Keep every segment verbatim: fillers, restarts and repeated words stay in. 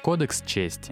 Кодекс чести.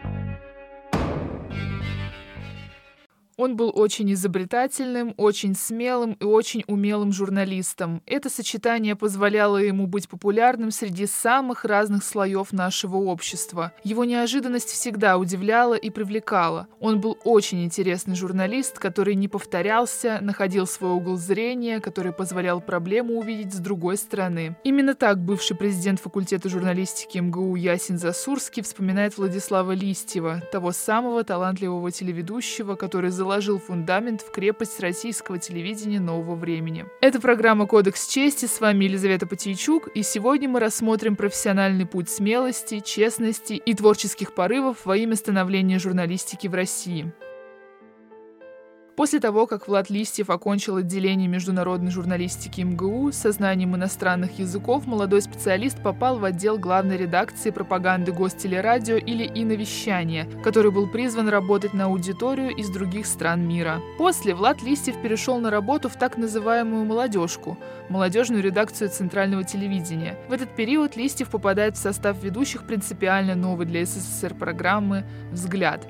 Он был очень изобретательным, очень смелым и очень умелым журналистом. Это сочетание позволяло ему быть популярным среди самых разных слоев нашего общества. Его неожиданность всегда удивляла и привлекала. Он был очень интересный журналист, который не повторялся, находил свой угол зрения, который позволял проблему увидеть с другой стороны. Именно так бывший президент факультета журналистики эм гэ у Ясин Засурский вспоминает Владислава Листьева, того самого талантливого телеведущего, который заложил заложил фундамент в крепость российского телевидения нового времени. Это программа «Кодекс чести», с вами Елизавета Потейчук, и сегодня мы рассмотрим профессиональный путь смелости, честности и творческих порывов во имя становления журналистики в России. После того, как Влад Листьев окончил отделение международной журналистики эм гэ у со знанием иностранных языков, молодой специалист попал в отдел главной редакции пропаганды Гостелерадио или иновещания, который был призван работать на аудиторию из других стран мира. После Влад Листьев перешел на работу в так называемую «молодежку» – молодежную редакцию Центрального телевидения. В этот период Листьев попадает в состав ведущих принципиально новой для эс эс эс эр программы «Взгляд».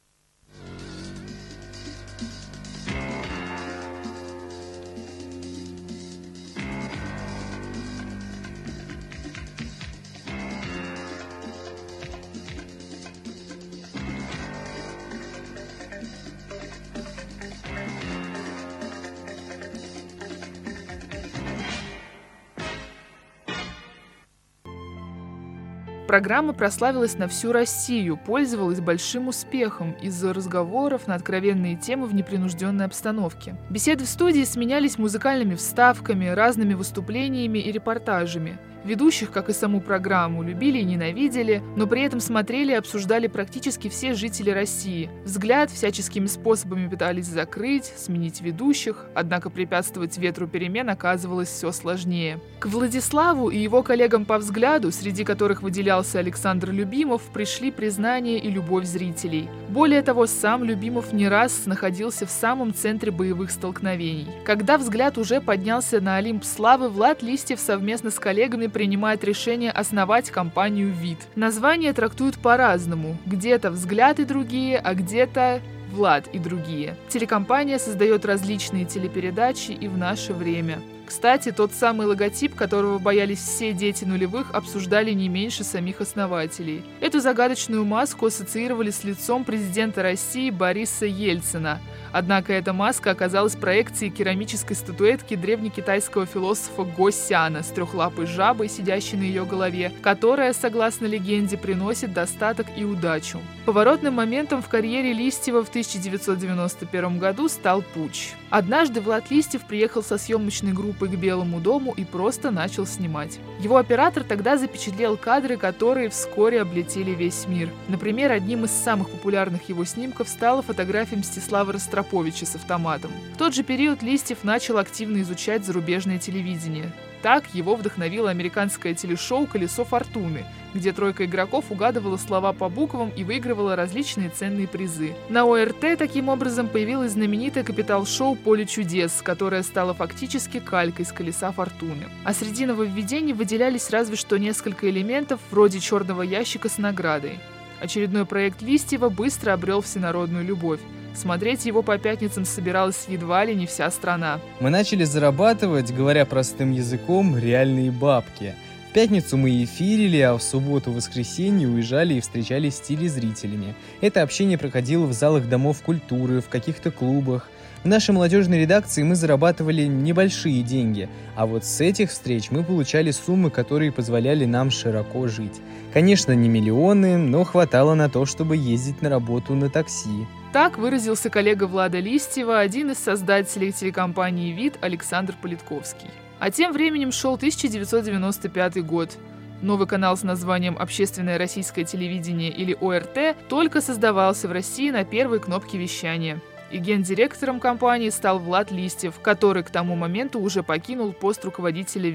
Программа прославилась на всю Россию, пользовалась большим успехом из-за разговоров на откровенные темы в непринужденной обстановке. Беседы в студии сменялись музыкальными вставками, разными выступлениями и репортажами. Ведущих, как и саму программу, любили и ненавидели, но при этом смотрели и обсуждали практически все жители России. «Взгляд» всяческими способами пытались закрыть, сменить ведущих, однако препятствовать ветру перемен оказывалось все сложнее. К Владиславу и его коллегам по «Взгляду», среди которых выделялся Александр Любимов, пришли признание и любовь зрителей. Более того, сам Любимов не раз находился в самом центре боевых столкновений. Когда «Взгляд» уже поднялся на Олимп славы, Влад Листьев совместно с коллегами принимает решение основать компанию «ВИД». Название трактуют по-разному. Где-то «Взгляд» и другие, а где-то «Влад» и другие. Телекомпания создает различные телепередачи и в наше время. Кстати, тот самый логотип, которого боялись все дети нулевых, обсуждали не меньше самих основателей. Эту загадочную маску ассоциировали с лицом президента России Бориса Ельцина. Однако эта маска оказалась проекцией керамической статуэтки древнекитайского философа Го Сяна с трехлапой жабой, сидящей на ее голове, которая, согласно легенде, приносит достаток и удачу. Поворотным моментом в карьере Листьева в тысяча девятьсот девяносто первом году стал путч. Однажды Влад Листьев приехал со съемочной группой к Белому дому и просто начал снимать. Его оператор тогда запечатлел кадры, которые вскоре облетели весь мир. Например, одним из самых популярных его снимков стала фотография Мстислава Ростроповича с автоматом. В тот же период Листьев начал активно изучать зарубежное телевидение. Так его вдохновило американское телешоу «Колесо фортуны», где тройка игроков угадывала слова по буквам и выигрывала различные ценные призы. На о эр тэ таким образом появилось знаменитое капитал-шоу «Поле чудес», которое стало фактически калькой с «Колеса фортуны». А среди нововведений выделялись разве что несколько элементов вроде черного ящика с наградой. Очередной проект Листьева быстро обрел всенародную любовь. Смотреть его по пятницам собиралась едва ли не вся страна. Мы начали зарабатывать, говоря простым языком, реальные бабки. В пятницу мы эфирили, а в субботу-воскресенье уезжали и встречались с телезрителями. Это общение проходило в залах домов культуры, в каких-то клубах. В нашей молодежной редакции мы зарабатывали небольшие деньги, а вот с этих встреч мы получали суммы, которые позволяли нам широко жить. Конечно, не миллионы, но хватало на то, чтобы ездить на работу на такси. Так выразился коллега Влада Листьева, один из создателей телекомпании «ВИД» Александр Политковский. А тем временем шел тысяча девятьсот девяносто пятый год. Новый канал с названием «Общественное российское телевидение» или о эр тэ только создавался в России на первой кнопке вещания. И гендиректором компании стал Влад Листьев, который к тому моменту уже покинул пост руководителя «ВИД».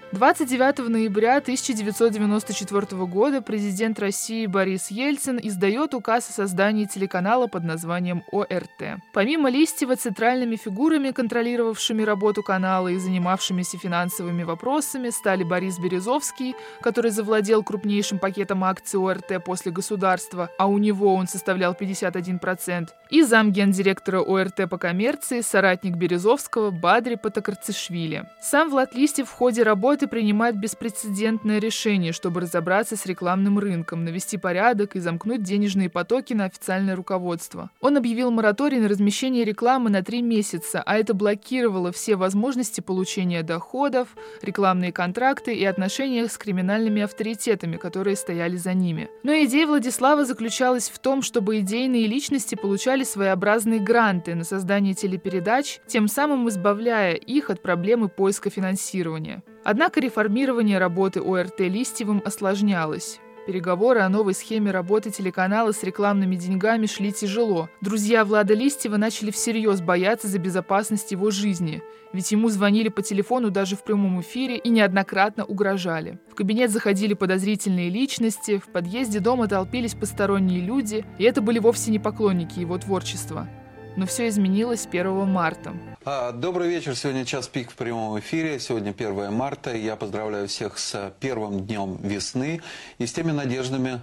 двадцать девятого ноября тысяча девятьсот девяносто четвёртого года президент России Борис Ельцин издает указ о создании телеканала под названием О Р Т. Помимо Листьева, центральными фигурами, контролировавшими работу канала и занимавшимися финансовыми вопросами, стали Борис Березовский, который завладел крупнейшим пакетом акций О Р Т после государства, а у него он составлял пятьдесят один процент, и замгендиректора О Р Т по коммерции, соратник Березовского Бадри Потакарцишвили. Сам Влад Листьев в ходе работы принимает беспрецедентное решение, чтобы разобраться с рекламным рынком, навести порядок и замкнуть денежные потоки на официальное руководство. Он объявил мораторий на размещение рекламы на три месяца, а это блокировало все возможности получения доходов, рекламные контракты и отношения с криминальными авторитетами, которые стояли за ними. Но идея Владислава заключалась в том, чтобы идейные личности получали своеобразные гранты на создание телепередач, тем самым избавляя их от проблемы поиска финансирования. Однако реформирование работы О Р Т Листьевым осложнялось. Переговоры о новой схеме работы телеканала с рекламными деньгами шли тяжело. Друзья Влада Листьева начали всерьез бояться за безопасность его жизни, ведь ему звонили по телефону даже в прямом эфире и неоднократно угрожали. В кабинет заходили подозрительные личности, в подъезде дома толпились посторонние люди, и это были вовсе не поклонники его творчества. Но все изменилось первого марта. Добрый вечер. Сегодня час пик в прямом эфире. Сегодня первое марта. Я поздравляю всех с первым днем весны и с теми надеждами.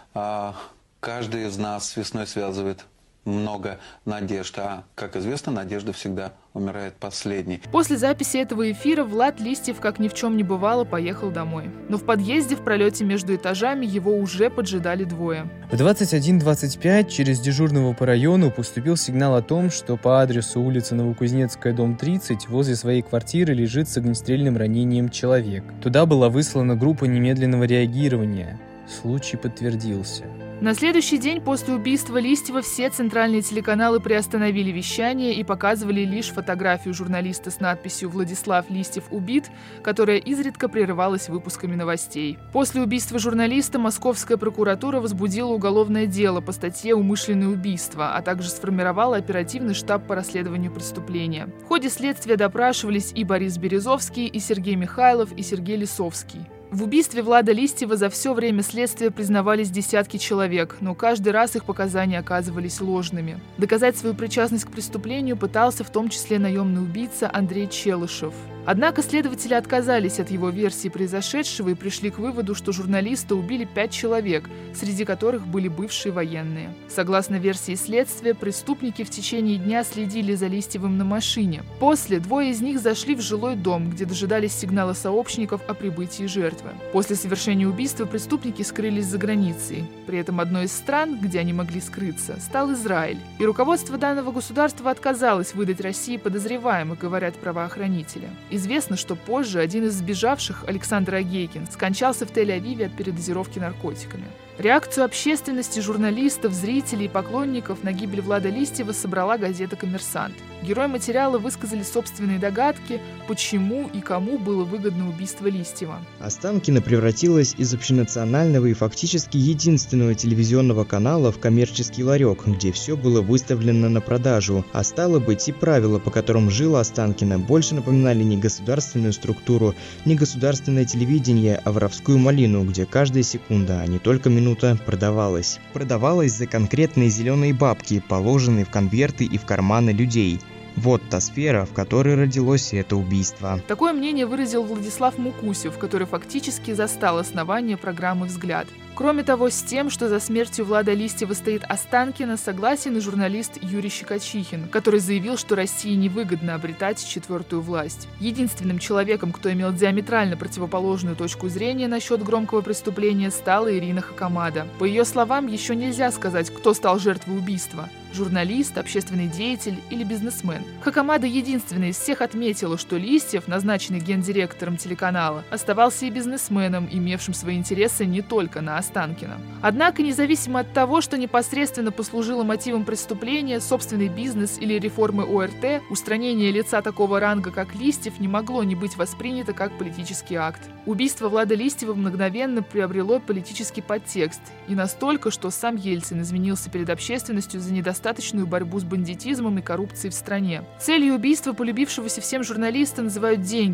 Каждый из нас с весной связывает много надежд. А, как известно, надежда всегда умирает последней. После записи этого эфира Влад Листьев, как ни в чем не бывало, поехал домой. Но в подъезде в пролете между этажами его уже поджидали двое. В двадцать один двадцать пять через дежурного по району поступил сигнал о том, что по адресу улица Новокузнецкая, дом тридцать, возле своей квартиры лежит с огнестрельным ранением человек. Туда была выслана группа немедленного реагирования. Случай подтвердился. На следующий день после убийства Листьева все центральные телеканалы приостановили вещание и показывали лишь фотографию журналиста с надписью «Владислав Листьев убит», которая изредка прерывалась выпусками новостей. После убийства журналиста Московская прокуратура возбудила уголовное дело по статье «Умышленное убийство», а также сформировала оперативный штаб по расследованию преступления. В ходе следствия допрашивались и Борис Березовский, и Сергей Михайлов, и Сергей Лисовский. В убийстве Влада Листьева за все время следствия признавались десятки человек, но каждый раз их показания оказывались ложными. Доказать свою причастность к преступлению пытался в том числе наемный убийца Андрей Челышев. Однако следователи отказались от его версии произошедшего и пришли к выводу, что журналиста убили пять человек, среди которых были бывшие военные. Согласно версии следствия, преступники в течение дня следили за Листьевым на машине. После двое из них зашли в жилой дом, где дожидались сигнала сообщников о прибытии жертвы. После совершения убийства преступники скрылись за границей. При этом одной из стран, где они могли скрыться, стал Израиль. И руководство данного государства отказалось выдать России подозреваемых, говорят правоохранители. Известно, что позже один из сбежавших, Александр Агейкин, скончался в Тель-Авиве от передозировки наркотиками. Реакцию общественности, журналистов, зрителей и поклонников на гибель Влада Листьева собрала газета «Коммерсант». Герои материала высказали собственные догадки, почему и кому было выгодно убийство Листьева. Останкино превратилась из общенационального и фактически единственного телевизионного канала в коммерческий ларек, где все было выставлено на продажу. А стало быть, и правила, по которым жило Останкино, больше напоминали не государственную структуру, не государственное телевидение, а воровскую малину, где каждая секунда, а не только минута, продавалась. Продавалась за конкретные зеленые бабки, положенные в конверты и в карманы людей. Вот та сфера, в которой родилось это убийство. Такое мнение выразил Владислав Мукусев, который фактически застал основание программы «Взгляд». Кроме того, с тем, что за смертью Влада Листьева стоит Останкино, согласен и журналист Юрий Щекочихин, который заявил, что России невыгодно обретать четвертую власть. Единственным человеком, кто имел диаметрально противоположную точку зрения насчет громкого преступления, стала Ирина Хакамада. По ее словам, еще нельзя сказать, кто стал жертвой убийства – журналист, общественный деятель или бизнесмен. Хакамада единственная из всех отметила, что Листьев, назначенный гендиректором телеканала, оставался и бизнесменом, имевшим свои интересы не только на Останкино. Однако, независимо от того, что непосредственно послужило мотивом преступления, собственный бизнес или реформы О Р Т, устранение лица такого ранга, как Листьев, не могло не быть воспринято как политический акт. Убийство Влада Листьева мгновенно приобрело политический подтекст, и настолько, что сам Ельцин извинился перед общественностью за недостаточную борьбу с бандитизмом и коррупцией в стране. Целью убийства полюбившегося всем журналиста называют деньги.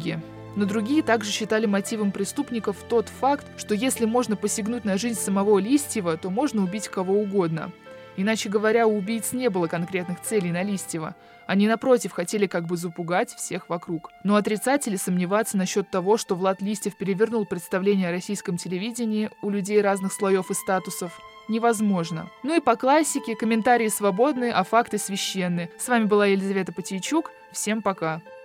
Но другие также считали мотивом преступников тот факт, что если можно посягнуть на жизнь самого Листьева, то можно убить кого угодно. Иначе говоря, у убийц не было конкретных целей на Листьева. Они, напротив, хотели как бы запугать всех вокруг. Но отрицатели сомневаться насчет того, что Влад Листьев перевернул представление о российском телевидении у людей разных слоев и статусов, невозможно. Ну и по классике, комментарии свободны, а факты священны. С вами была Елизавета Потейчук. Всем пока.